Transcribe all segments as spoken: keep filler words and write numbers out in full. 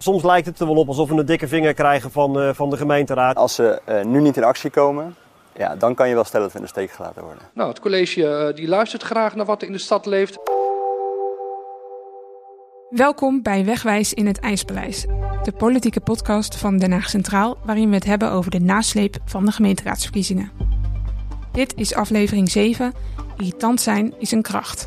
Soms lijkt het er wel op alsof we een dikke vinger krijgen van, uh, van de gemeenteraad. Als ze uh, nu niet in actie komen, ja, dan kan je wel stellen dat we in de steek gelaten worden. Nou, het college uh, die luistert graag naar wat er in de stad leeft. Welkom bij Wegwijs in het IJspaleis, de politieke podcast van Den Haag Centraal, waarin we het hebben over de nasleep van de gemeenteraadsverkiezingen. Dit is aflevering zeven, Irritant zijn is een kracht.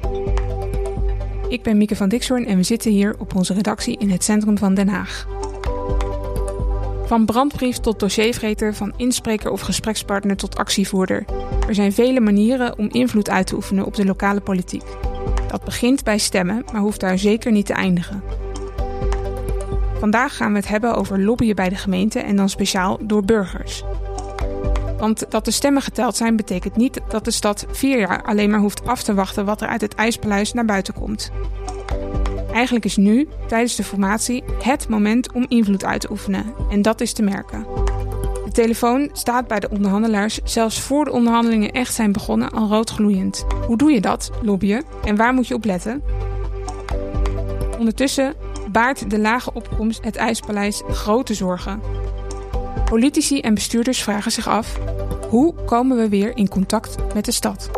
Ik ben Mieke van Dixhoorn en we zitten hier op onze redactie in het centrum van Den Haag. Van brandbrief tot dossiervreter, van inspreker of gesprekspartner tot actievoerder. Er zijn vele manieren om invloed uit te oefenen op de lokale politiek. Dat begint bij stemmen, maar hoeft daar zeker niet te eindigen. Vandaag gaan we het hebben over lobbyen bij de gemeente en dan speciaal door burgers. Want dat de stemmen geteld zijn betekent niet dat de stad vier jaar alleen maar hoeft af te wachten wat er uit het IJspaleis naar buiten komt. Eigenlijk is nu, tijdens de formatie, het moment om invloed uit te oefenen. En dat is te merken. De telefoon staat bij de onderhandelaars zelfs voor de onderhandelingen echt zijn begonnen al roodgloeiend. Hoe doe je dat, lobbyen? En waar moet je op letten? Ondertussen baart de lage opkomst het IJspaleis grote zorgen. Politici en bestuurders vragen zich af: hoe komen we weer in contact met de stad?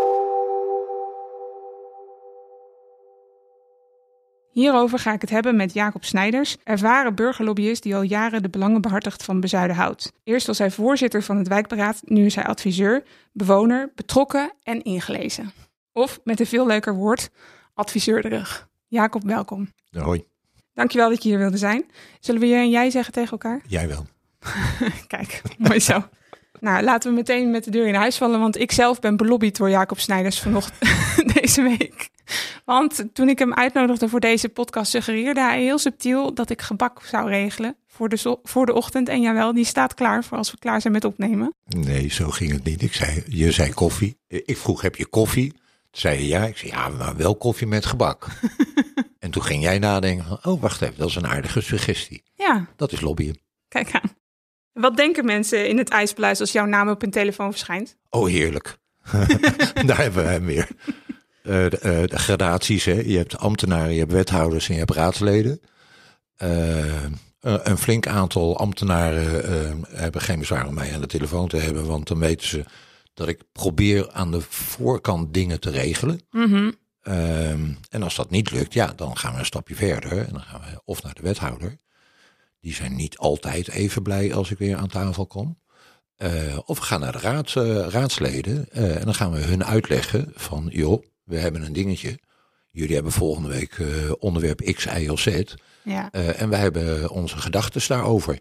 Hierover ga ik het hebben met Jacob Snijders, ervaren burgerlobbyist die al jaren de belangen behartigt van Bezuidenhout. Eerst was hij voorzitter van het wijkberaad, nu is hij adviseur, bewoner, betrokken en ingelezen. Of, met een veel leuker woord, adviseurderig. Jacob, welkom. Hoi. Dankjewel dat je hier wilde zijn. Zullen we je en jij zeggen tegen elkaar? Jij wel. Kijk, mooi zo. Nou, laten we meteen met de deur in huis vallen, want ik zelf ben belobbyd door Jacob Snijders vanochtend deze week. Want toen ik hem uitnodigde voor deze podcast suggereerde hij heel subtiel dat ik gebak zou regelen voor de, zo- voor de ochtend. En jawel, die staat klaar voor als we klaar zijn met opnemen. Nee, zo ging het niet. Ik zei, je zei koffie. Ik vroeg, heb je koffie? Toen zei je ja. Ik zei, ja, maar wel koffie met gebak. En toen ging jij nadenken, oh, wacht even, dat is een aardige suggestie. Ja. Dat is lobbyen. Kijk aan. Wat denken mensen in het IJspaleis als jouw naam op hun telefoon verschijnt? Oh, heerlijk. Daar hebben we hem weer. Uh, de, uh, de gradaties, hè. Je hebt ambtenaren, je hebt wethouders en je hebt raadsleden. Uh, een flink aantal ambtenaren uh, hebben geen bezwaar om mij aan de telefoon te hebben, want dan weten ze dat ik probeer aan de voorkant dingen te regelen. Mm-hmm. Uh, en als dat niet lukt, ja, dan gaan we een stapje verder en dan gaan we of naar de wethouder. Die zijn niet altijd even blij als ik weer aan tafel kom. Uh, of we gaan naar de raad, uh, raadsleden uh, en dan gaan we hun uitleggen van, joh, we hebben een dingetje. Jullie hebben volgende week uh, onderwerp X, Y of Z. Ja. Uh, en wij hebben onze gedachten daarover.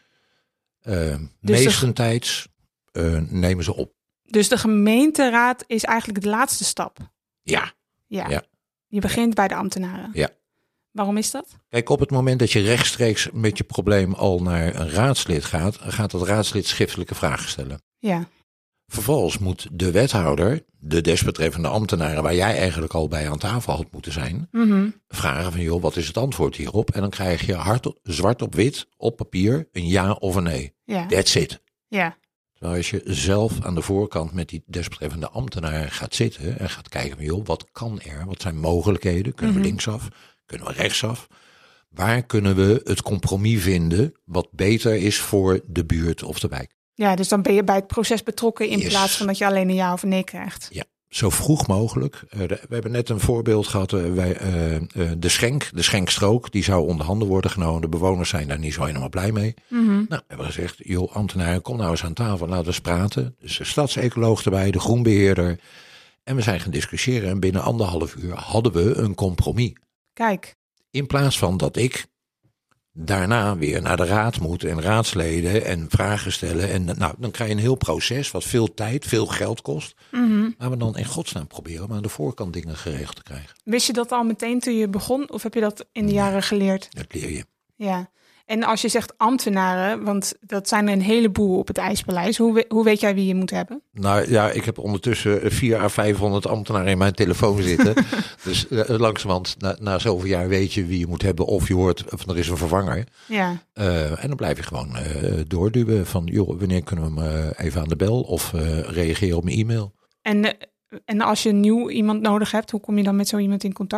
Uh, dus meestentijds uh, nemen ze op. Dus de gemeenteraad is eigenlijk de laatste stap? Ja. Ja. ja. Je begint bij de ambtenaren? Ja. Waarom is dat? Kijk, op het moment dat je rechtstreeks met je probleem al naar een raadslid gaat, gaat dat raadslid schriftelijke vragen stellen. Ja. Vervolgens moet de wethouder, de desbetreffende ambtenaren waar jij eigenlijk al bij aan tafel had moeten zijn, Mm-hmm. vragen van joh, wat is het antwoord hierop? En dan krijg je hard, zwart op wit, op papier, een ja of een nee. Ja. That's it. Ja. Terwijl als je zelf aan de voorkant met die desbetreffende ambtenaar gaat zitten en gaat kijken van joh, wat kan er? Wat zijn mogelijkheden? Kunnen we Mm-hmm. linksaf? Kunnen we rechtsaf? Waar kunnen we het compromis vinden wat beter is voor de buurt of de wijk? Ja, dus dan ben je bij het proces betrokken in Yes. plaats van dat je alleen een ja of een nee krijgt. Ja, zo vroeg mogelijk. Uh, de, we hebben net een voorbeeld gehad. Uh, wij, uh, uh, de schenk, de schenkstrook, die zou onder handen worden genomen. De bewoners zijn daar niet zo helemaal blij mee. Mm-hmm. Nou, we hebben gezegd, joh, ambtenaren, kom nou eens aan tafel. Laten we eens praten. Dus de stadsecoloog erbij, de groenbeheerder. En we zijn gaan discussiëren. En binnen anderhalf uur hadden we een compromis. Kijk. In plaats van dat ik daarna weer naar de raad moet en raadsleden en vragen stellen. En nou, dan krijg je een heel proces wat veel tijd, veel geld kost. Mm-hmm. Maar we dan in godsnaam proberen om aan de voorkant dingen geregeld te krijgen. Wist je dat al meteen toen je begon of heb je dat in de jaren geleerd? Dat leer je. Ja. En als je zegt ambtenaren, want dat zijn er een heleboel op het IJspaleis. Hoe, we, hoe weet jij wie je moet hebben? Nou ja, ik heb ondertussen vier à vijfhonderd ambtenaren in mijn telefoon zitten. Dus uh, langzamerhand, na, na zoveel jaar weet je wie je moet hebben. Of je hoort, of er is een vervanger. Ja. Uh, en dan blijf je gewoon uh, doorduwen van, joh, wanneer kunnen we hem uh, even aan de bel? Of uh, reageren op mijn e-mail. En, en als je nieuw iemand nodig hebt, hoe kom je dan met zo iemand in contact?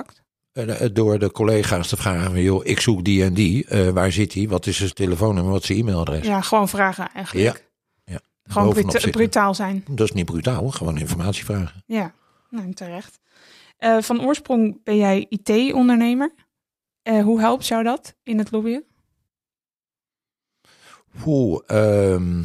Uh, door de collega's te vragen van, joh, ik zoek die en die. Uh, waar zit die? Wat is zijn telefoonnummer? Wat is zijn e-mailadres? Ja, gewoon vragen eigenlijk. Ja. ja. Gewoon bruta- brutaal zijn. Dat is niet brutaal, gewoon informatie vragen. Ja, nou, terecht. Uh, van oorsprong ben jij I T-ondernemer. Uh, hoe helpt jou dat in het lobbyen? Hoe? Um,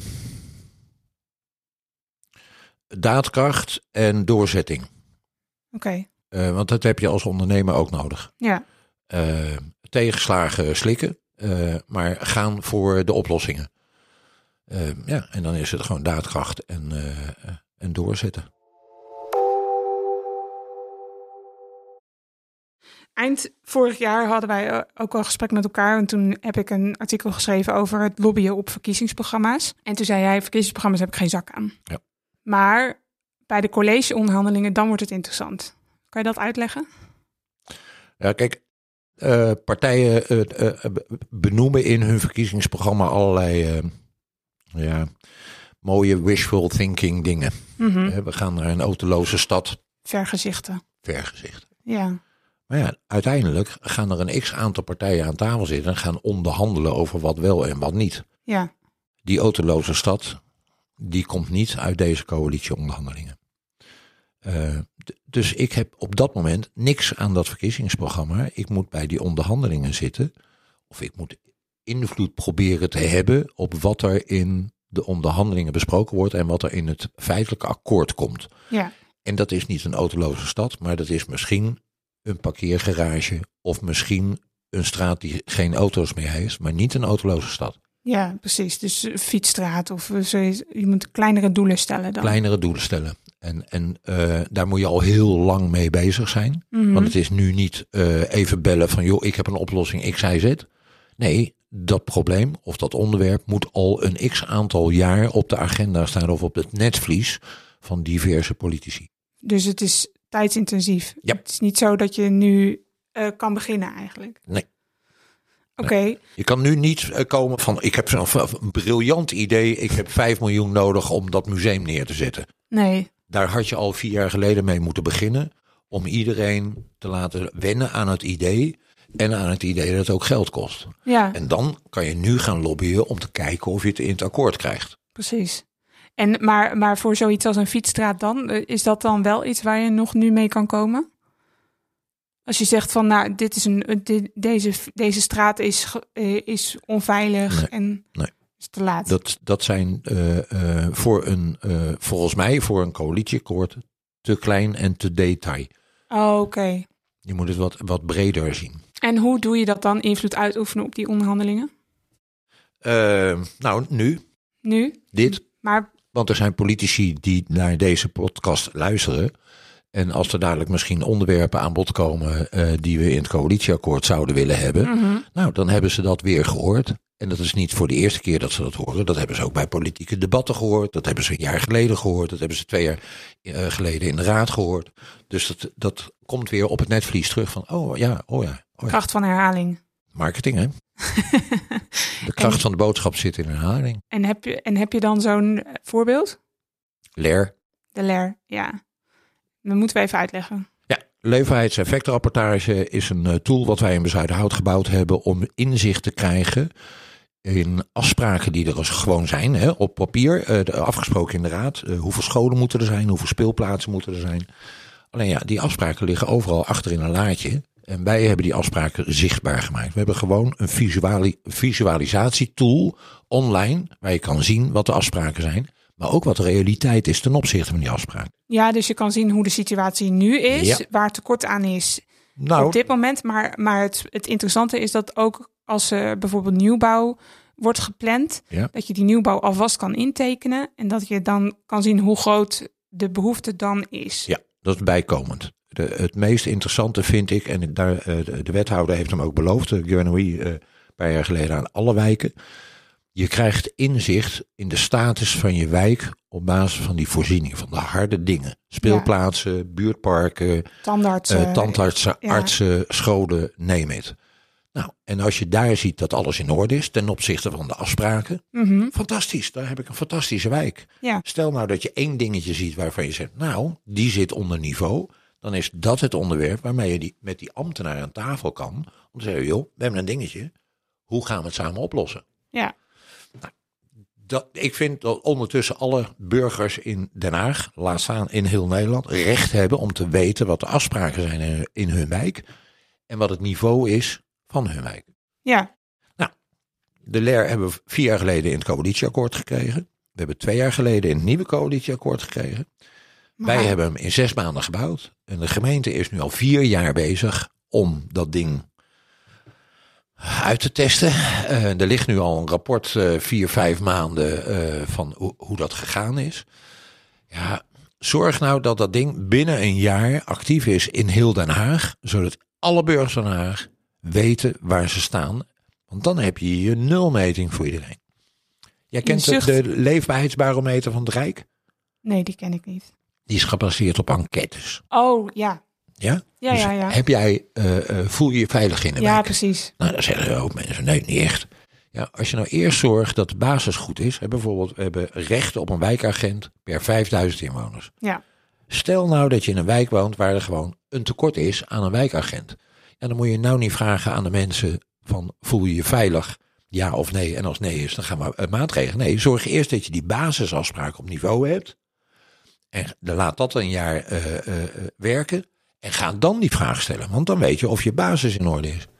daadkracht en doorzetting. Oké. Okay. Uh, want dat heb je als ondernemer ook nodig. Ja. Uh, tegenslagen slikken, uh, maar gaan voor de oplossingen. Uh, ja, en dan is het gewoon daadkracht en, uh, en doorzetten. Eind vorig jaar hadden wij ook al een gesprek met elkaar. En toen heb ik een artikel geschreven over het lobbyen op verkiezingsprogramma's. En toen zei jij, verkiezingsprogramma's heb ik geen zak aan. Ja. Maar bij de collegeonderhandelingen, dan wordt het interessant. Kan je dat uitleggen? Ja, kijk, uh, partijen uh, uh, benoemen in hun verkiezingsprogramma allerlei uh, ja, mooie wishful thinking dingen. Mm-hmm. Uh, we gaan naar een autoloze stad. Vergezichten. Vergezichten. Ja. Maar ja, uiteindelijk gaan er een x-aantal partijen aan tafel zitten en gaan onderhandelen over wat wel en wat niet. Ja. Die autoloze stad, die komt niet uit deze coalitieonderhandelingen. Uh, d- dus ik heb op dat moment niks aan dat verkiezingsprogramma. Ik moet bij die onderhandelingen zitten. Of ik moet invloed proberen te hebben op wat er in de onderhandelingen besproken wordt en wat er in het feitelijke akkoord komt. Ja. En dat is niet een autoloze stad, maar dat is misschien een parkeergarage of misschien een straat die geen auto's meer heeft, maar niet een autoloze stad. Ja, precies. Dus fietsstraat of zoiets. Je moet kleinere doelen stellen dan. Kleinere doelen stellen. En, en uh, daar moet je al heel lang mee bezig zijn. Mm-hmm. Want het is nu niet uh, even bellen van, joh, ik heb een oplossing X, Y, Z. Nee, dat probleem of dat onderwerp moet al een x aantal jaar op de agenda staan of op het netvlies van diverse politici. Dus het is tijdsintensief. Ja. Het is niet zo dat je nu uh, kan beginnen eigenlijk. Nee. Oké. Okay. Nee. Je kan nu niet uh, komen van, ik heb zo'n een briljant idee, ik heb vijf miljoen nodig om dat museum neer te zetten. Nee. Daar had je al vier jaar geleden mee moeten beginnen om iedereen te laten wennen aan het idee en aan het idee dat het ook geld kost. Ja. En dan kan je nu gaan lobbyen om te kijken of je het in het akkoord krijgt. Precies. En maar, maar voor zoiets als een fietsstraat dan, is dat dan wel iets waar je nog nu mee kan komen? Als je zegt van, nou, dit is een, dit, deze, deze straat is, is onveilig nee, en nee. is te laat. Dat, dat zijn uh, uh, voor een, uh, volgens mij voor een coalitieakkoord te klein en te detail. Oh, oké. Okay. Je moet het wat, wat breder zien. En hoe doe je dat dan, invloed uitoefenen op die onderhandelingen? Uh, nou, nu. Nu? Dit. Maar... Want er zijn politici die naar deze podcast luisteren. En als er dadelijk misschien onderwerpen aan bod komen uh, die we in het coalitieakkoord zouden willen hebben. Mm-hmm. Nou, dan hebben ze dat weer gehoord. En dat is niet voor de eerste keer dat ze dat horen. Dat hebben ze ook bij politieke debatten gehoord. Dat hebben ze een jaar geleden gehoord. Dat hebben ze twee jaar uh, geleden in de raad gehoord. Dus dat, dat komt weer op het netvlies terug van, oh ja, oh ja. Oh ja. Kracht van herhaling. Marketing, hè? De kracht en, van de boodschap zit in herhaling. En heb je, en heb je dan zo'n voorbeeld? L E R. De L E R, ja. Dat moeten we even uitleggen. Ja, leefbaarheidseffectrapportage is een uh, tool wat wij in Bezuidenhout gebouwd hebben om inzicht te krijgen in afspraken die er gewoon zijn, hè, op papier, uh, afgesproken in de raad. Uh, hoeveel scholen moeten er zijn, hoeveel speelplaatsen moeten er zijn. Alleen ja, die afspraken liggen overal achter in een laadje. En wij hebben die afspraken zichtbaar gemaakt. We hebben gewoon een visuali- visualisatietool online waar je kan zien wat de afspraken zijn. Maar ook wat de realiteit is ten opzichte van die afspraak. Ja, dus je kan zien hoe de situatie nu is, ja. Waar tekort aan is nou, op dit moment. Maar, maar het, het interessante is dat ook als er uh, bijvoorbeeld nieuwbouw wordt gepland, ja. Dat je die nieuwbouw alvast kan intekenen. En dat je dan kan zien hoe groot de behoefte dan is. Ja, dat is bijkomend. De, het meest interessante vind ik, en daar, uh, de, de wethouder heeft hem ook beloofd, uh, Guernouy, uh, een paar jaar geleden aan alle wijken. Je krijgt inzicht in de status van je wijk op basis van die voorzieningen, van de harde dingen. Speelplaatsen, ja. Buurtparken, tandartsen, uh, tandartsen ja. artsen, scholen, neem het. Nou, en als je daar ziet dat alles in orde is ten opzichte van de afspraken, mm-hmm. fantastisch, daar heb ik een fantastische wijk. Ja. Stel nou dat je één dingetje ziet waarvan je zegt, nou, die zit onder niveau. dan is dat het onderwerp waarmee je die, met die ambtenaar aan tafel kan. Om te zeggen, joh, we hebben een dingetje. Hoe gaan we het samen oplossen? Ja. Nou, dat, ik vind dat ondertussen alle burgers in Den Haag, laat staan in heel Nederland, recht hebben om te weten wat de afspraken zijn in, in hun wijk. En wat het niveau is van hun wijk. Ja. Nou, de L E R hebben we vier jaar geleden in het coalitieakkoord gekregen. We hebben twee jaar geleden in het nieuwe coalitieakkoord gekregen. Maar... Wij hebben hem in zes maanden gebouwd. En de gemeente is nu al vier jaar bezig om dat ding uit te testen. Uh, er ligt nu al een rapport uh, vier, vijf maanden uh, van ho- hoe dat gegaan is. Ja, zorg nou dat dat ding binnen een jaar actief is in heel Den Haag. Zodat alle burgers van Den Haag weten waar ze staan. Want dan heb je je nulmeting voor iedereen. Jij kent zucht... de, de leefbaarheidsbarometer van het Rijk? Nee, die ken ik niet. Die is gebaseerd op enquêtes. Oh, ja. Ja? Ja, dus ja, ja. Heb jij, uh, uh, voel je je veilig in de Ja, wijk? precies. Nou, dan zeggen ook mensen, nee, niet echt. Ja, als je nou eerst zorgt dat de basis goed is. Hè, bijvoorbeeld, we hebben recht op een wijkagent per vijfduizend inwoners. Ja. Stel nou dat je in een wijk woont waar er gewoon een tekort is aan een wijkagent. Ja, dan moet je nou niet vragen aan de mensen van, voel je je veilig? Ja of nee? En als nee is, dan gaan we uh, maatregelen. Nee, zorg eerst dat je die basisafspraken op niveau hebt. En dan laat dat een jaar uh, uh, uh, werken. En ga dan die vraag stellen. Want dan weet je of je basis in orde is.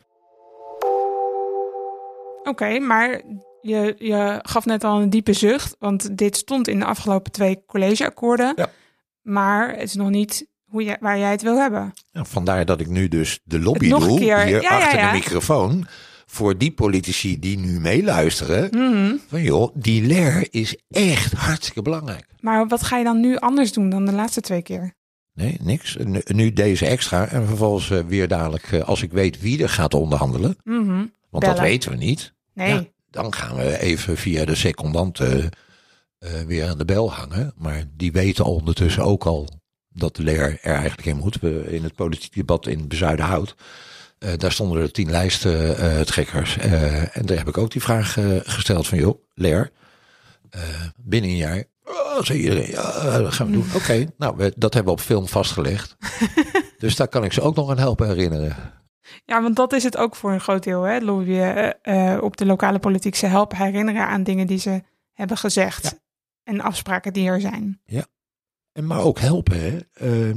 Oké, okay, maar je, je gaf net al een diepe zucht. Want dit stond in de afgelopen twee collegeakkoorden. Ja. Maar het is nog niet hoe je, waar jij het wil hebben. Ja, vandaar dat ik nu dus de lobby nog doe. een keer. Hier Ja, achter ja, ja. de microfoon. Voor die politici die nu meeluisteren. Mm-hmm. Van joh, die L E R is echt hartstikke belangrijk. Maar wat ga je dan nu anders doen dan de laatste twee keer? Nee, niks. Nu, nu deze extra. En vervolgens uh, weer dadelijk, uh, als ik weet wie er gaat onderhandelen. Mm-hmm. Want Bellen. dat weten we niet. Nee. Ja, dan gaan we even via de secondant uh, uh, weer aan de bel hangen. Maar die weten ondertussen ook al dat de L E R er eigenlijk in moet. We, in het politieke debat in Bezuidenhout. Uh, daar stonden er tien lijsttrekkers. Uh, uh, en daar heb ik ook die vraag uh, gesteld van joh, L E R. Uh, binnen een jaar. Oh, zei iedereen, ja, dat gaan we doen. Oké, okay, nou, we, dat hebben we op film vastgelegd. Dus daar kan ik ze ook nog aan helpen herinneren. Ja, want dat is het ook voor een groot deel, hè? Lobbyen uh, uh, op de lokale politiek. Ze helpen herinneren aan dingen die ze hebben gezegd. Ja. En afspraken die er zijn. Ja, en maar ook helpen, hè. Uh,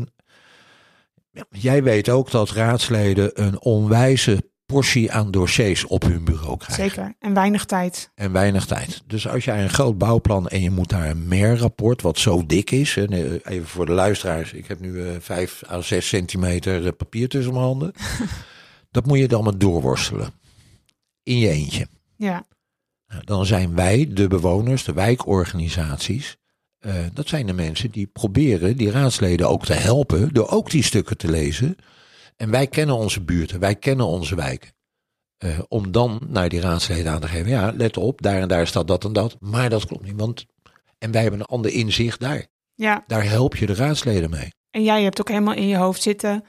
ja, jij weet ook dat raadsleden een onwijze portie aan dossiers op hun bureau krijgen. Zeker, en weinig tijd. En weinig tijd. Dus als jij een groot bouwplan en je moet daar een M E R-rapport, wat zo dik is. Hè, even voor de luisteraars, ik heb nu uh, vijf à zes centimeter papier tussen mijn handen. Dat moet je dan maar doorworstelen. In je eentje. Ja. Nou, dan zijn wij, de bewoners, de wijkorganisaties. Uh, dat zijn de mensen die proberen die raadsleden ook te helpen door ook die stukken te lezen. En wij kennen onze buurten, wij kennen onze wijken. Uh, om dan naar die raadsleden aan te geven. Ja, let op, daar en daar staat dat en dat. Maar dat klopt niet, want... En wij hebben een ander inzicht daar. Ja. Daar help je de raadsleden mee. En jij hebt ook helemaal in je hoofd zitten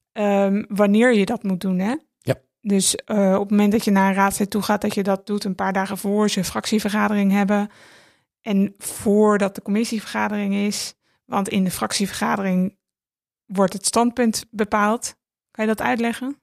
um, wanneer je dat moet doen, hè? Ja. Dus uh, op het moment dat je naar een raadslid toe gaat, dat je dat doet een paar dagen voor ze een fractievergadering hebben. En voordat de commissievergadering is. Want in de fractievergadering wordt het standpunt bepaald. Kan je dat uitleggen?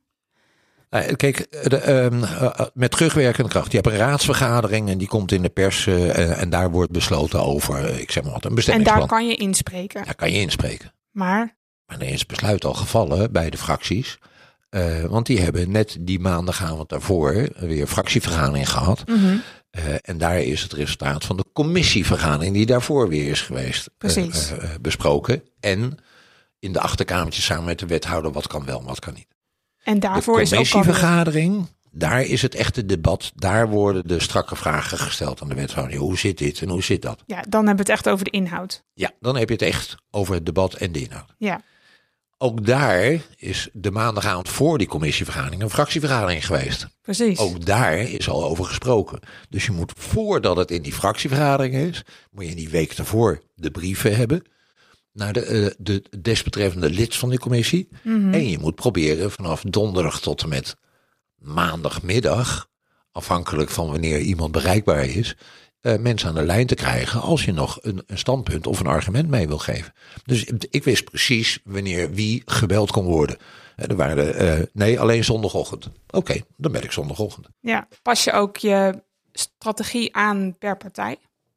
Uh, kijk, de, uh, uh, met terugwerkende kracht. Je hebt een raadsvergadering en die komt in de pers. Uh, en daar wordt besloten over, uh, ik zeg maar wat, een bestemmingsplan. En daar kan je inspreken. Daar kan je inspreken. Maar? Maar er is het besluit al gevallen bij de fracties. Uh, want die hebben net die maandagavond daarvoor weer fractievergadering gehad. Mm-hmm. Uh, en daar is het resultaat van de commissievergadering die daarvoor weer is geweest. Precies. Uh, uh, besproken. En in de achterkamertjes samen met de wethouder wat kan wel en wat kan niet. En daarvoor is de ook commissievergadering, daar is het echte debat. Daar worden de strakke vragen gesteld aan de wethouder. Hoe zit dit en hoe zit dat? Ja, dan hebben we het echt over de inhoud. Ja, dan heb je het echt over het debat en de inhoud. Ja. Ook daar is de maandagavond voor die commissievergadering een fractievergadering geweest. Precies. Ook daar is al over gesproken. Dus je moet, voordat het in die fractievergadering is, moet je die week daarvoor de brieven hebben naar de, de desbetreffende lid van die commissie. Mm-hmm. En je moet proberen vanaf donderdag tot en met maandagmiddag, afhankelijk van wanneer iemand bereikbaar is, uh, mensen aan de lijn te krijgen als je nog een, een standpunt of een argument mee wil geven. Dus ik wist precies wanneer wie gebeld kon worden. Uh, er waren uh, nee, alleen zondagochtend. Oké, okay, dan ben ik zondagochtend. Ja, pas je ook je strategie aan per partij?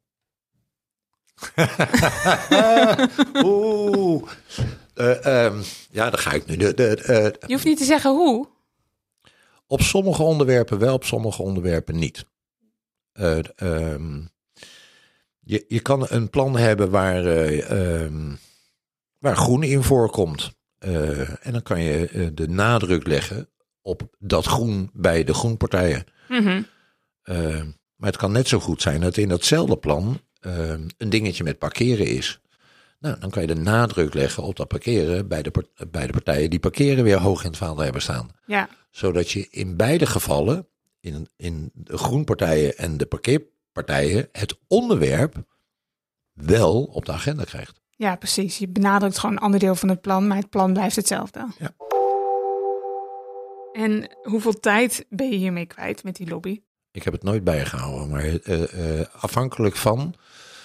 Oeh. Uh, um, ja, dan ga ik nu. De, de, uh, je hoeft niet te zeggen hoe. Op sommige onderwerpen wel, op sommige onderwerpen niet. Uh, um, je, je kan een plan hebben waar, uh, um, waar groen in voorkomt. Uh, en dan kan je uh, de nadruk leggen op dat groen bij de groenpartijen. Mm-hmm. Uh, maar het kan net zo goed zijn dat in datzelfde plan uh, een dingetje met parkeren is. Nou, dan kan je de nadruk leggen op dat parkeren bij de, bij de partijen die parkeren weer hoog in het vaandel hebben staan. Ja. Zodat je in beide gevallen, in, in de groenpartijen en de parkeerpartijen, het onderwerp wel op de agenda krijgt. Ja, precies. Je benadrukt gewoon een ander deel van het plan, maar het plan blijft hetzelfde. Ja. En hoeveel tijd ben je hiermee kwijt met die lobby? Ik heb het nooit bijgehouden, maar uh, uh, afhankelijk van...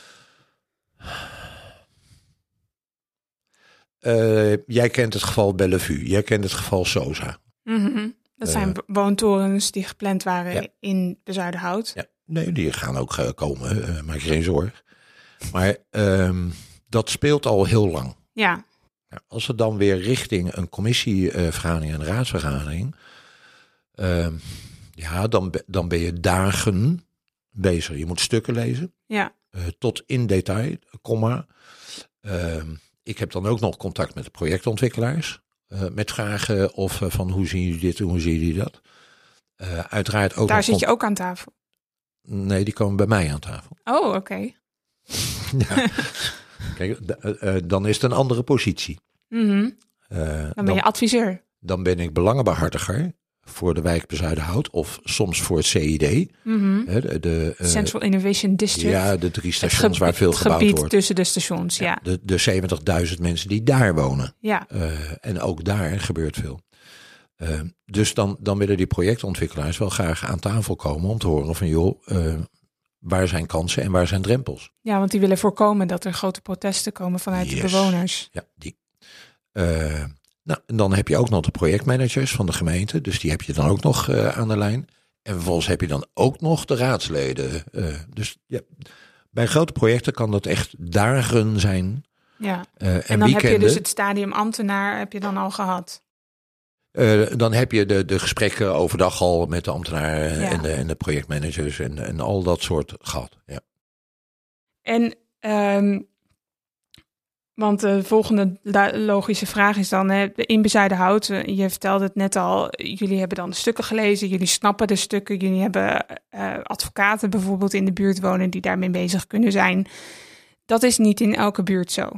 Uh, jij kent het geval Bellevue, jij kent het geval Sosa. Mm-hmm. Dat zijn uh, woontorens die gepland waren ja. in de Zuiderhout. Ja. Nee, die gaan ook uh, komen, uh, maak je geen zorg. Maar uh, dat speelt al heel lang. Ja. Nou, als we dan weer richting een commissievergadering en een raadsvergadering... Uh, ja, dan, dan ben je dagen bezig. Je moet stukken lezen. Ja. Uh, tot in detail, komma. Uh, ik heb dan ook nog contact met de projectontwikkelaars. Uh, met vragen of uh, van hoe zien jullie dit en hoe zien jullie dat. Uh, uiteraard ook. Daar zit je ook aan tafel? Nee, die komen bij mij aan tafel. Oh, oké. Okay. Ja. Kijk, d- uh, dan is het een andere positie. Mm-hmm. Uh, dan ben dan, je adviseur. Dan ben ik belangenbehartiger voor de wijk Bezuidenhout of soms voor het C I D. Mm-hmm. De, de, uh, Central Innovation District. Ja, de drie stations gebied, waar veel gebouwd wordt. Het wordt. gebied tussen de stations, ja. ja. De, de zeventigduizend mensen die daar wonen. Ja. Uh, en ook daar gebeurt veel. Uh, dus dan, dan willen die projectontwikkelaars wel graag aan tafel komen om te horen van joh, uh, waar zijn kansen en waar zijn drempels? Ja, want die willen voorkomen dat er grote protesten komen vanuit yes. de bewoners. Ja, die. Uh, nou, en dan heb je ook nog de projectmanagers van de gemeente. Dus die heb je dan ook nog uh, aan de lijn. En vervolgens heb je dan ook nog de raadsleden. Uh, dus ja, bij grote projecten kan dat echt dagen zijn. Ja, uh, en, en dan weekenden. heb je dus het stadium ambtenaar heb je dan al gehad. Uh, dan heb je de, de gesprekken overdag al met de ambtenaren ja. en, de, en de projectmanagers en, en al dat soort gehad. Ja. En, um, want de volgende logische vraag is dan, hè, in Bezuidenhout, je vertelde het net al, jullie hebben dan de stukken gelezen, jullie snappen de stukken, jullie hebben uh, advocaten bijvoorbeeld in de buurt wonen die daarmee bezig kunnen zijn. Dat is niet in elke buurt zo.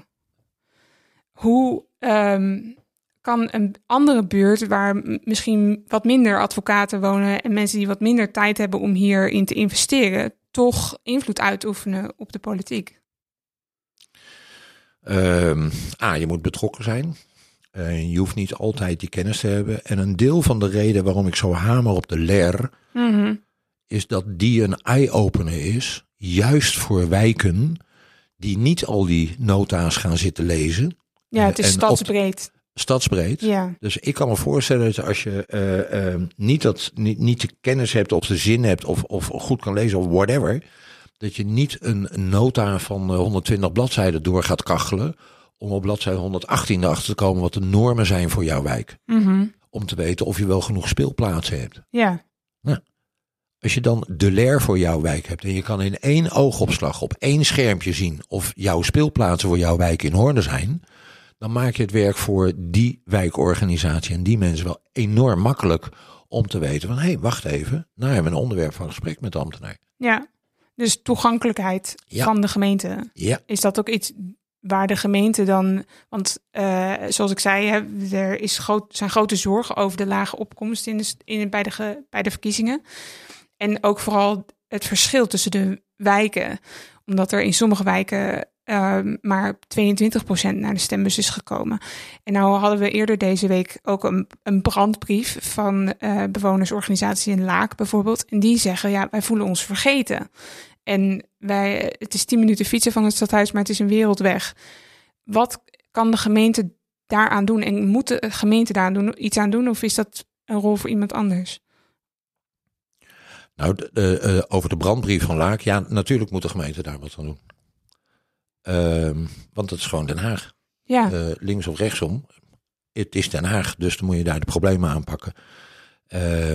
Hoe... Um, kan een andere buurt waar misschien wat minder advocaten wonen en mensen die wat minder tijd hebben om hierin te investeren, toch invloed uitoefenen op de politiek? Uh, ah, je moet betrokken zijn. Uh, je hoeft niet altijd die kennis te hebben. En een deel van de reden waarom ik zo hamer op de L E R, mm-hmm. is dat die een eye-opener is, juist voor wijken die niet al die nota's gaan zitten lezen. Ja, het is stadsbreed. Stadsbreed. Ja. Dus ik kan me voorstellen dat als je uh, uh, niet, dat, niet, niet de kennis hebt of de zin hebt of, of goed kan lezen of whatever, dat je niet een nota van honderdtwintig bladzijden door gaat kachelen om op bladzijde honderdachttien erachter te komen wat de normen zijn voor jouw wijk. Mm-hmm. Om te weten of je wel genoeg speelplaatsen hebt. Ja. Nou, als je dan de L E R voor jouw wijk hebt en je kan in één oogopslag op één schermpje zien of jouw speelplaatsen voor jouw wijk in orde zijn, dan maak je het werk voor die wijkorganisatie en die mensen wel enorm makkelijk om te weten van, hé, hey, wacht even, nou hebben we een onderwerp van gesprek met de ambtenaar. Ja, dus toegankelijkheid ja. van de gemeente. Ja. Is dat ook iets waar de gemeente dan, want uh, zoals ik zei, hè, er is groot, zijn grote zorgen over de lage opkomst in de, in, bij, de, bij de verkiezingen. En ook vooral het verschil tussen de wijken, omdat er in sommige wijken Uh, maar tweeëntwintig procent naar de stembus is gekomen. En nou hadden we eerder deze week ook een, een brandbrief van uh, bewonersorganisatie in Laak bijvoorbeeld. En die zeggen, ja, wij voelen ons vergeten. En wij, het is tien minuten fietsen van het stadhuis, maar het is een wereld weg. Wat kan de gemeente daaraan doen? En moet de gemeente daar doen, iets aan doen? Of is dat een rol voor iemand anders? Nou, de, de, uh, over de brandbrief van Laak. Ja, natuurlijk moet de gemeente daar wat aan doen. Uh, want het is gewoon Den Haag. Ja. Uh, links of rechtsom. Het is Den Haag, dus dan moet je daar de problemen aanpakken. Uh,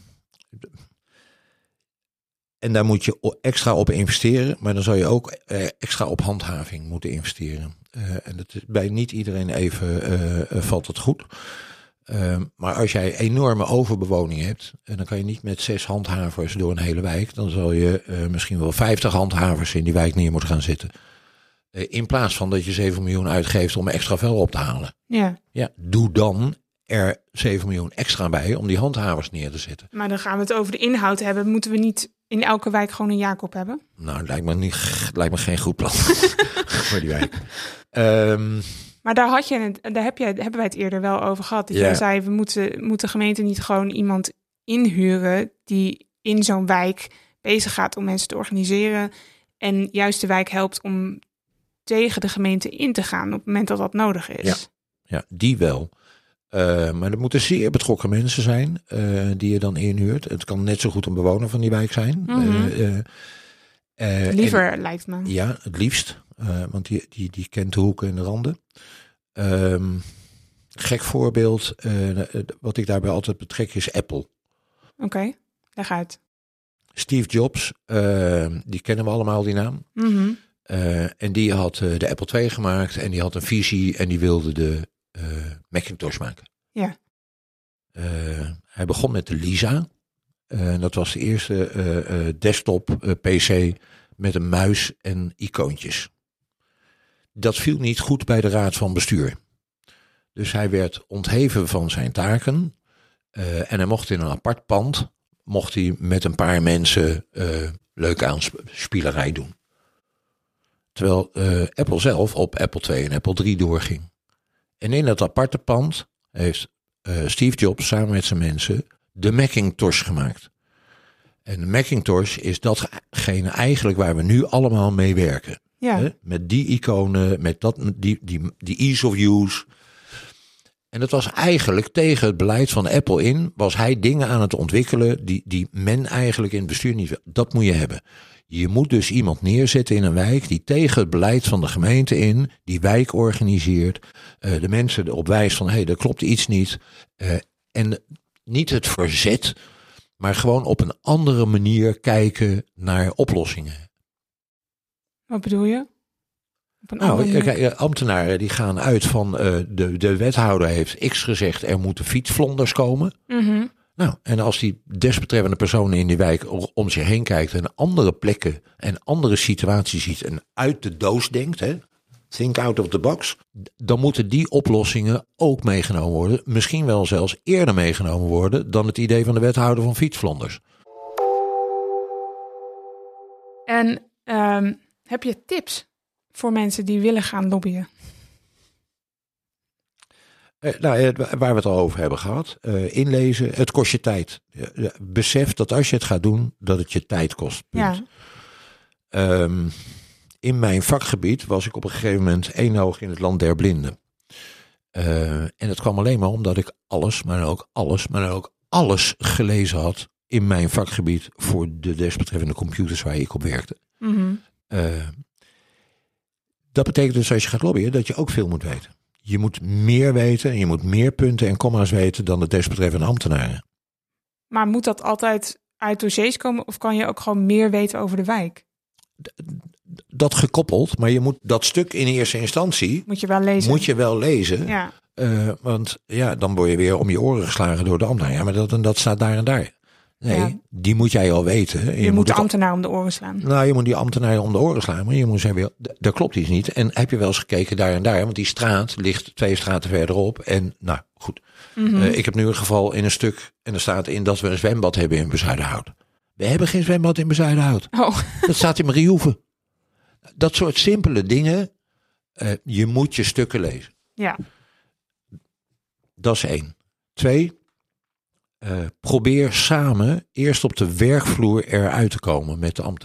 en daar moet je extra op investeren. Maar dan zou je ook uh, extra op handhaving moeten investeren. Uh, en dat is bij niet iedereen even uh, uh, valt het goed. Uh, maar als jij enorme overbewoning hebt, en dan kan je niet met zes handhavers door een hele wijk, dan zal je uh, misschien wel vijftig handhavers in die wijk neer moeten gaan zitten. Uh, in plaats van dat je zeven miljoen uitgeeft om extra vuil op te halen. Ja. Ja, doe dan er zeven miljoen extra bij om die handhavers neer te zetten. Maar dan gaan we het over de inhoud hebben. Moeten we niet in elke wijk gewoon een Jacob hebben? Nou, het lijkt me, niet, lijkt me geen goed plan voor die wijk. Um, Maar daar, had je het, daar heb je, hebben wij het eerder wel over gehad. Dat ja. je zei, we moeten, moet de gemeente niet gewoon iemand inhuren die in zo'n wijk bezig gaat om mensen te organiseren en juist de wijk helpt om tegen de gemeente in te gaan op het moment dat dat nodig is. Ja, ja die wel. Uh, maar er moeten zeer betrokken mensen zijn uh, die je dan inhuurt. Het kan net zo goed een bewoner van die wijk zijn. Mm-hmm. Uh, uh, uh, Liever en, lijkt me. Ja, het liefst. Uh, want die, die, die kent de hoeken en de randen. Um, gek voorbeeld, uh, wat ik daarbij altijd betrek is Apple. Oké, okay, leg uit. Steve Jobs, uh, die kennen we allemaal, die naam. Mm-hmm. Uh, en die had uh, de Apple twee gemaakt en die had een visie en die wilde de uh, Macintosh maken. Ja. Uh, hij begon met de Lisa. Uh, dat was de eerste uh, uh, desktop uh, P C met een muis en icoontjes. Dat viel niet goed bij de raad van bestuur. Dus hij werd ontheven van zijn taken. Uh, en hij mocht in een apart pand, mocht hij met een paar mensen uh, leuke aanspielerij doen. Terwijl uh, Apple zelf op Apple twee en Apple drie doorging. En in dat aparte pand heeft uh, Steve Jobs samen met zijn mensen de Macintosh gemaakt. En de Macintosh is datgene eigenlijk waar we nu allemaal mee werken. Ja. He, met die iconen, met dat, die, die, die ease of use. En dat was eigenlijk tegen het beleid van Apple in, was hij dingen aan het ontwikkelen die, die men eigenlijk in het bestuur niet wil. Dat moet je hebben. Je moet dus iemand neerzetten in een wijk die tegen het beleid van de gemeente in, die wijk organiseert, uh, de mensen erop wijst van, hé, hey, er klopt iets niet. Uh, en niet het verzet, maar gewoon op een andere manier kijken naar oplossingen. Wat bedoel je? Op een nou, kijk, ambtenaren die gaan uit van uh, de, de wethouder heeft X gezegd, er moeten fietsvlonders komen. Mm-hmm. Nou, en als die desbetreffende personen in die wijk om zich heen kijkt en andere plekken en andere situaties ziet en uit de doos denkt, hè, think out of the box, dan moeten die oplossingen ook meegenomen worden. Misschien wel zelfs eerder meegenomen worden dan het idee van de wethouder van fietsvlonders. En um, heb je tips voor mensen die willen gaan lobbyen? Uh, nou, waar we het al over hebben gehad. Uh, inlezen, het kost je tijd. Uh, besef dat als je het gaat doen, dat het je tijd kost. Punt. Ja. Um, in mijn vakgebied was ik op een gegeven moment één oog in het land der blinden. Uh, en dat kwam alleen maar omdat ik alles, maar ook alles, maar ook alles gelezen had in mijn vakgebied voor de desbetreffende computers waar ik op werkte. Mm-hmm. Uh, dat betekent dus als je gaat lobbyen dat je ook veel moet weten. Je moet meer weten en je moet meer punten en komma's weten dan de desbetreffende ambtenaren. Maar moet dat altijd uit dossiers komen of kan je ook gewoon meer weten over de wijk? Dat gekoppeld, maar je moet dat stuk in eerste instantie moet je wel lezen. Moet je wel lezen. Ja. Uh, want ja, dan word je weer om je oren geslagen door de ambtenaar. Ja, maar dat, dat staat daar en daar. Nee, ja. Die moet jij al weten. Je, je moet moet de het, ambtenaar om de oren slaan. Nou, je moet die ambtenaar om de oren slaan. Maar je moet zeggen, daar klopt iets niet. En heb je wel eens gekeken daar en daar. Want die straat ligt twee straten verderop. En nou, goed. Mm-hmm. Uh, ik heb nu een geval in een stuk. En er staat in dat we een zwembad hebben in Bezuidenhout. We hebben geen zwembad in Bezuidenhout. Oh. Dat staat in Mariehoeven. Dat soort simpele dingen. Uh, je moet je stukken lezen. Ja. Dat is één. Twee. Uh, probeer samen eerst op de werkvloer eruit te komen met de ambtenaren.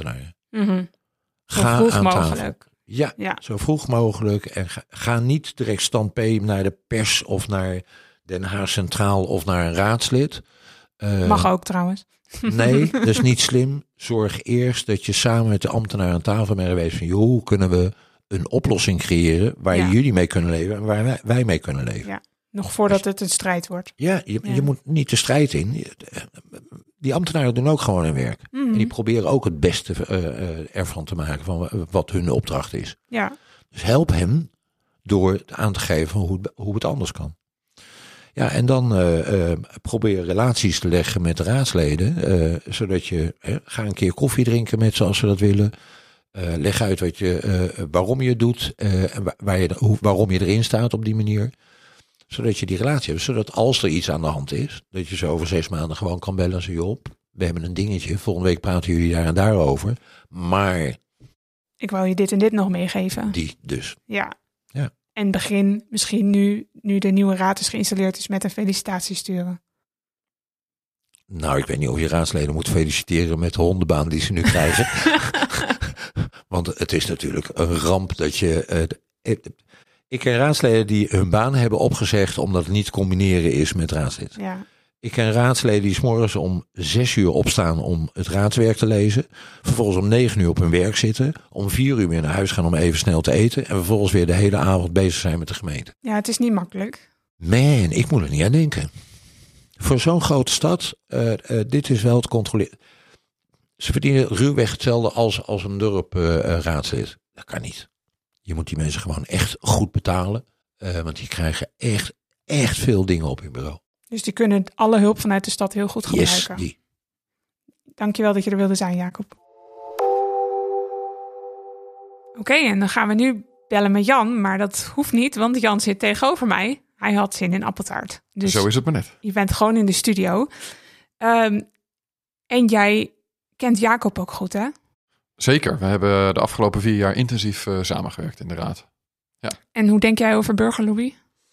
Mm-hmm. Zo Ga vroeg aan mogelijk. tafel. Ja, Ja. zo vroeg mogelijk. En ga, ga niet direct stampé naar de pers of naar Den Haag Centraal of naar een raadslid. Uh, Mag ook trouwens. Nee, dat is niet slim. Zorg eerst dat je samen met de ambtenaar aan tafel bent geweest van, joh, hoe kunnen we een oplossing creëren waar Ja. jullie mee kunnen leven en waar wij, wij mee kunnen leven. Ja. Nog voordat het een strijd wordt. Ja, je, Ja. je moet niet de strijd in. Die ambtenaren doen ook gewoon hun werk. Mm-hmm. En die proberen ook het beste uh, uh, ervan te maken van wat hun opdracht is. Ja. Dus help hem door aan te geven hoe, hoe het anders kan. Ja, en dan uh, uh, probeer relaties te leggen met de raadsleden. Uh, zodat je, uh, ga een keer koffie drinken met ze als ze dat willen. Uh, leg uit wat je, uh, waarom je het doet. Uh, en waar je, hoe, waarom je erin staat op die manier. Zodat je die relatie hebt. Zodat als er iets aan de hand is, dat je ze over zes maanden gewoon kan bellen en zeggen, joh, we hebben een dingetje. Volgende week praten jullie daar en daarover. Maar Ik wou je dit en dit nog meegeven. die dus. Ja. Ja. En begin misschien nu, nu de nieuwe raad is geïnstalleerd is, met een felicitatie sturen. Nou, ik weet niet of je raadsleden moet feliciteren met de hondenbaan die ze nu krijgen. Want het is natuurlijk een ramp dat je... Uh, ik ken raadsleden die hun baan hebben opgezegd omdat het niet te combineren is met raadslid. Ja. Ik ken raadsleden die 's morgens om zes uur opstaan om het raadswerk te lezen. Vervolgens om negen uur op hun werk zitten. Om vier uur weer naar huis gaan om even snel te eten. En vervolgens weer de hele avond bezig zijn met de gemeente. Ja, het is niet makkelijk. Man, ik moet er niet aan denken. Voor zo'n grote stad, uh, uh, dit is wel te controleren. Ze verdienen ruwweg hetzelfde als, als een dorp uh, uh, raadslid. Dat kan niet. Je moet die mensen gewoon echt goed betalen. Uh, want die krijgen echt, echt veel dingen op hun bureau. Dus die kunnen alle hulp vanuit de stad heel goed gebruiken. Yes, die. Dankjewel dat je er wilde zijn, Jacob. Oké, okay, en dan gaan we nu bellen met Jan. Maar dat hoeft niet, want Jan zit tegenover mij. Hij had zin in appeltaart. Dus zo is het maar net. Je bent gewoon in de studio. Um, en jij kent Jacob ook goed, hè? Zeker. We hebben de afgelopen vier jaar intensief uh, samengewerkt in de raad. Ja. En hoe denk jij over burgerlobby?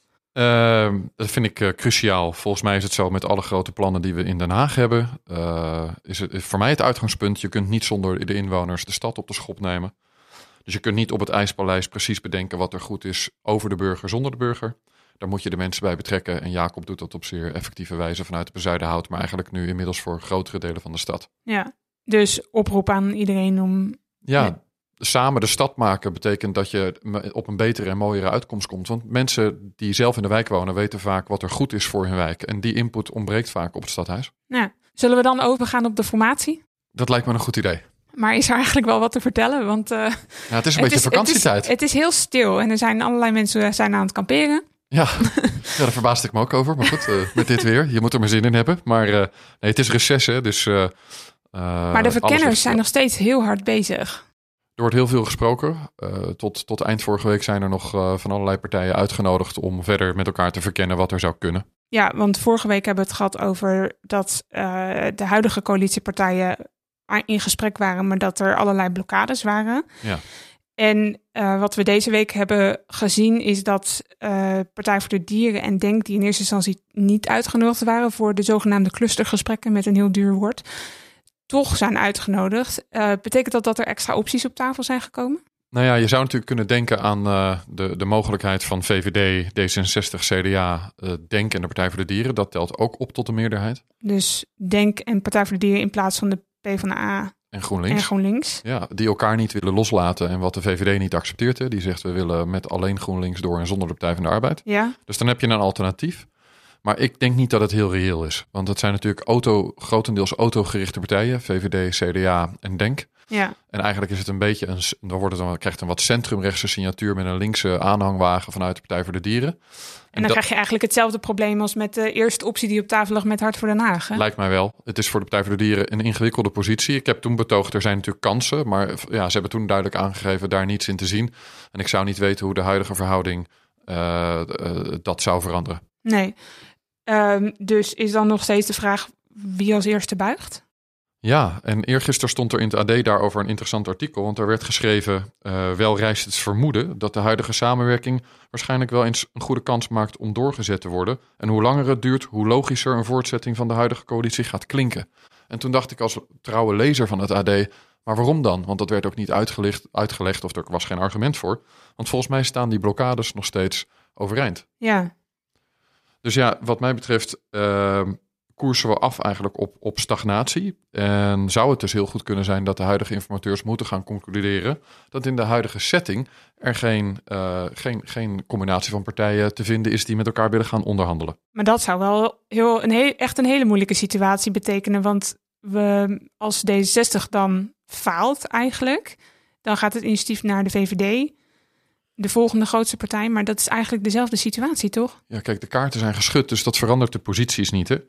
Uh, dat vind ik uh, cruciaal. Volgens mij is het zo met alle grote plannen die we in Den Haag hebben. Uh, is het is voor mij het uitgangspunt. Je kunt niet zonder de inwoners de stad op de schop nemen. Dus je kunt niet op het IJspaleis precies bedenken wat er goed is over de burger zonder de burger. Daar moet je de mensen bij betrekken. En Jacob doet dat op zeer effectieve wijze vanuit de Bezuidenhout. Maar eigenlijk nu inmiddels voor grotere delen van de stad. Ja, dus oproep aan iedereen om... Ja, ja. Samen de stad maken betekent dat je op een betere en mooiere uitkomst komt. Want mensen die zelf in de wijk wonen weten vaak wat er goed is voor hun wijk. En die input ontbreekt vaak op het stadhuis. Ja. Zullen we dan overgaan op de formatie? Dat lijkt me een goed idee. Maar is er eigenlijk wel wat te vertellen? Want uh, ja, het is een het beetje is, vakantietijd. Het is, het is heel stil en er zijn allerlei mensen zijn aan het kamperen. Ja, ja daar verbaasde ik me ook over. Maar goed, uh, met dit weer. Je moet er maar zin in hebben. Maar uh, nee, het is reces, hè, dus... Uh, uh, maar de verkenners zijn nog steeds heel hard bezig. Er wordt heel veel gesproken. Uh, tot, tot eind vorige week zijn er nog uh, van allerlei partijen uitgenodigd om verder met elkaar te verkennen wat er zou kunnen. Ja, want vorige week hebben we het gehad over dat uh, de huidige coalitiepartijen in gesprek waren, maar dat er allerlei blokkades waren. Ja. En uh, wat we deze week hebben gezien is dat uh, Partij voor de Dieren en Denk, die in eerste instantie niet uitgenodigd waren voor de zogenaamde clustergesprekken met een heel duur woord, toch zijn uitgenodigd. Uh, betekent dat dat er extra opties op tafel zijn gekomen? Nou ja, je zou natuurlijk kunnen denken aan uh, de, de mogelijkheid van V V D, D zesenzestig, C D A, uh, Denk en de Partij voor de Dieren. Dat telt ook op tot de meerderheid. Dus Denk en Partij voor de Dieren in plaats van de PvdA en GroenLinks. En GroenLinks. Ja, die elkaar niet willen loslaten en wat de V V D niet accepteert. Hè. Die zegt we willen met alleen GroenLinks door en zonder de Partij van de Arbeid. Ja. Dus dan heb je een alternatief. Maar ik denk niet dat het heel reëel is. Want het zijn natuurlijk auto, grotendeels autogerichte partijen. V V D, C D A en Denk. Ja. En eigenlijk is het een beetje een, dan wordt het dan, krijgt een wat centrumrechtse signatuur met een linkse aanhangwagen vanuit de Partij voor de Dieren. En, en dan dat, krijg je eigenlijk hetzelfde probleem als met de eerste optie die op tafel lag met Hart voor Den Haag. Hè? Lijkt mij wel. Het is voor de Partij voor de Dieren een ingewikkelde positie. Ik heb toen betoogd, er zijn natuurlijk kansen. Maar ja, ze hebben toen duidelijk aangegeven daar niets in te zien. En ik zou niet weten hoe de huidige verhouding uh, uh, dat zou veranderen. Nee. Um, dus is dan nog steeds de vraag wie als eerste buigt? Ja, en eergisteren stond er in het A D daarover een interessant artikel. Want er werd geschreven, uh, wel rijst het vermoeden dat de huidige samenwerking waarschijnlijk wel eens een goede kans maakt om doorgezet te worden. En hoe langer het duurt, hoe logischer een voortzetting van de huidige coalitie gaat klinken. En toen dacht ik als trouwe lezer van het A D, Maar waarom dan? Want dat werd ook niet uitgelegd, uitgelegd of er was geen argument voor. Want volgens mij staan die blokkades nog steeds overeind. Ja. Dus ja, wat mij betreft uh, koersen we af eigenlijk op, op stagnatie. En zou het dus heel goed kunnen zijn dat de huidige informateurs moeten gaan concluderen dat in de huidige setting er geen, uh, geen, geen combinatie van partijen te vinden is die met elkaar willen gaan onderhandelen. Maar dat zou wel heel, een heel, echt een hele moeilijke situatie betekenen. Want we, als D zesenzestig dan faalt eigenlijk, dan gaat het initiatief naar de V V D, de volgende grootste partij. Maar dat is eigenlijk dezelfde situatie, toch? Ja, kijk, de kaarten zijn geschud, dus dat verandert de posities niet, hè?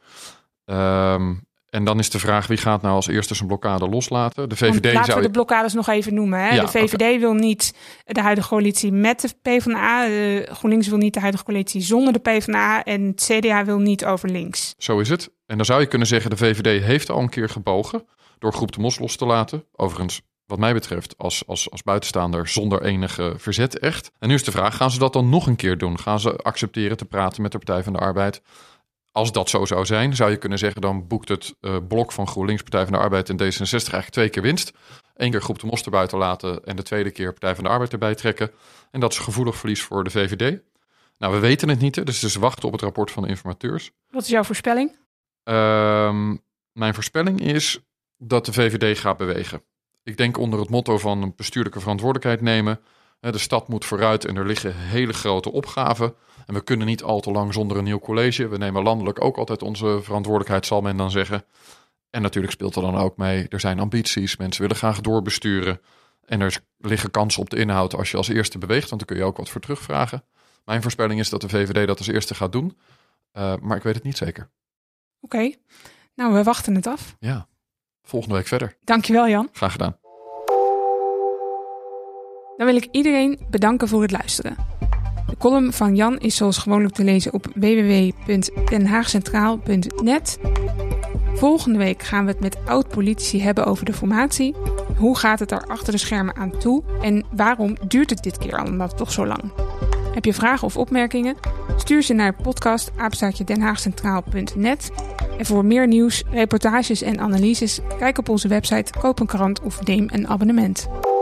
Um, en dan is de vraag, wie gaat nou als eerste zijn blokkade loslaten? De V V D Want laten zou we de blokkades nog even noemen. Hè? Ja, de V V D okay. wil niet de huidige coalitie met de PvdA. De GroenLinks wil niet de huidige coalitie zonder de PvdA. En het C D A wil niet over links. Zo is het. En dan zou je kunnen zeggen, de V V D heeft al een keer gebogen door Groep de Mos los te laten. Overigens, wat mij betreft, als, als, als buitenstaander zonder enige verzet echt. En nu is de vraag, gaan ze dat dan nog een keer doen? Gaan ze accepteren te praten met de Partij van de Arbeid? Als dat zo zou zijn, zou je kunnen zeggen, dan boekt het uh, blok van GroenLinks, Partij van de Arbeid en D zesenzestig eigenlijk twee keer winst. Eén keer Groep de Mos erbuiten laten en de tweede keer Partij van de Arbeid erbij trekken. En dat is gevoelig verlies voor de V V D. Nou, we weten het niet, hè, dus het is wachten op het rapport van de informateurs. Wat is jouw voorspelling? Uh, mijn voorspelling is dat de V V D gaat bewegen. Ik denk onder het motto van een bestuurlijke verantwoordelijkheid nemen. De stad moet vooruit en er liggen hele grote opgaven. En we kunnen niet al te lang zonder een nieuw college. We nemen landelijk ook altijd onze verantwoordelijkheid, zal men dan zeggen. En natuurlijk speelt er dan ook mee, er zijn ambities. Mensen willen graag doorbesturen. En er liggen kansen op de inhoud als je als eerste beweegt. Want dan kun je ook wat voor terugvragen. Mijn voorspelling is dat de V V D dat als eerste gaat doen. Uh, maar ik weet het niet zeker. Oké, okay. Nou we wachten het af. Ja, volgende week verder. Dankjewel Jan. Graag gedaan. Dan wil ik iedereen bedanken voor het luisteren. De column van Jan is zoals gewoonlijk te lezen op w w w punt den haag centraal punt net. Volgende week gaan we het met oud-politici hebben over de formatie. Hoe gaat het er achter de schermen aan toe? En waarom duurt het dit keer allemaal toch zo lang? Heb je vragen of opmerkingen? Stuur ze naar podcast apenstaartje den haag centraal punt net. En voor meer nieuws, reportages en analyses, kijk op onze website, koop een krant of neem een abonnement.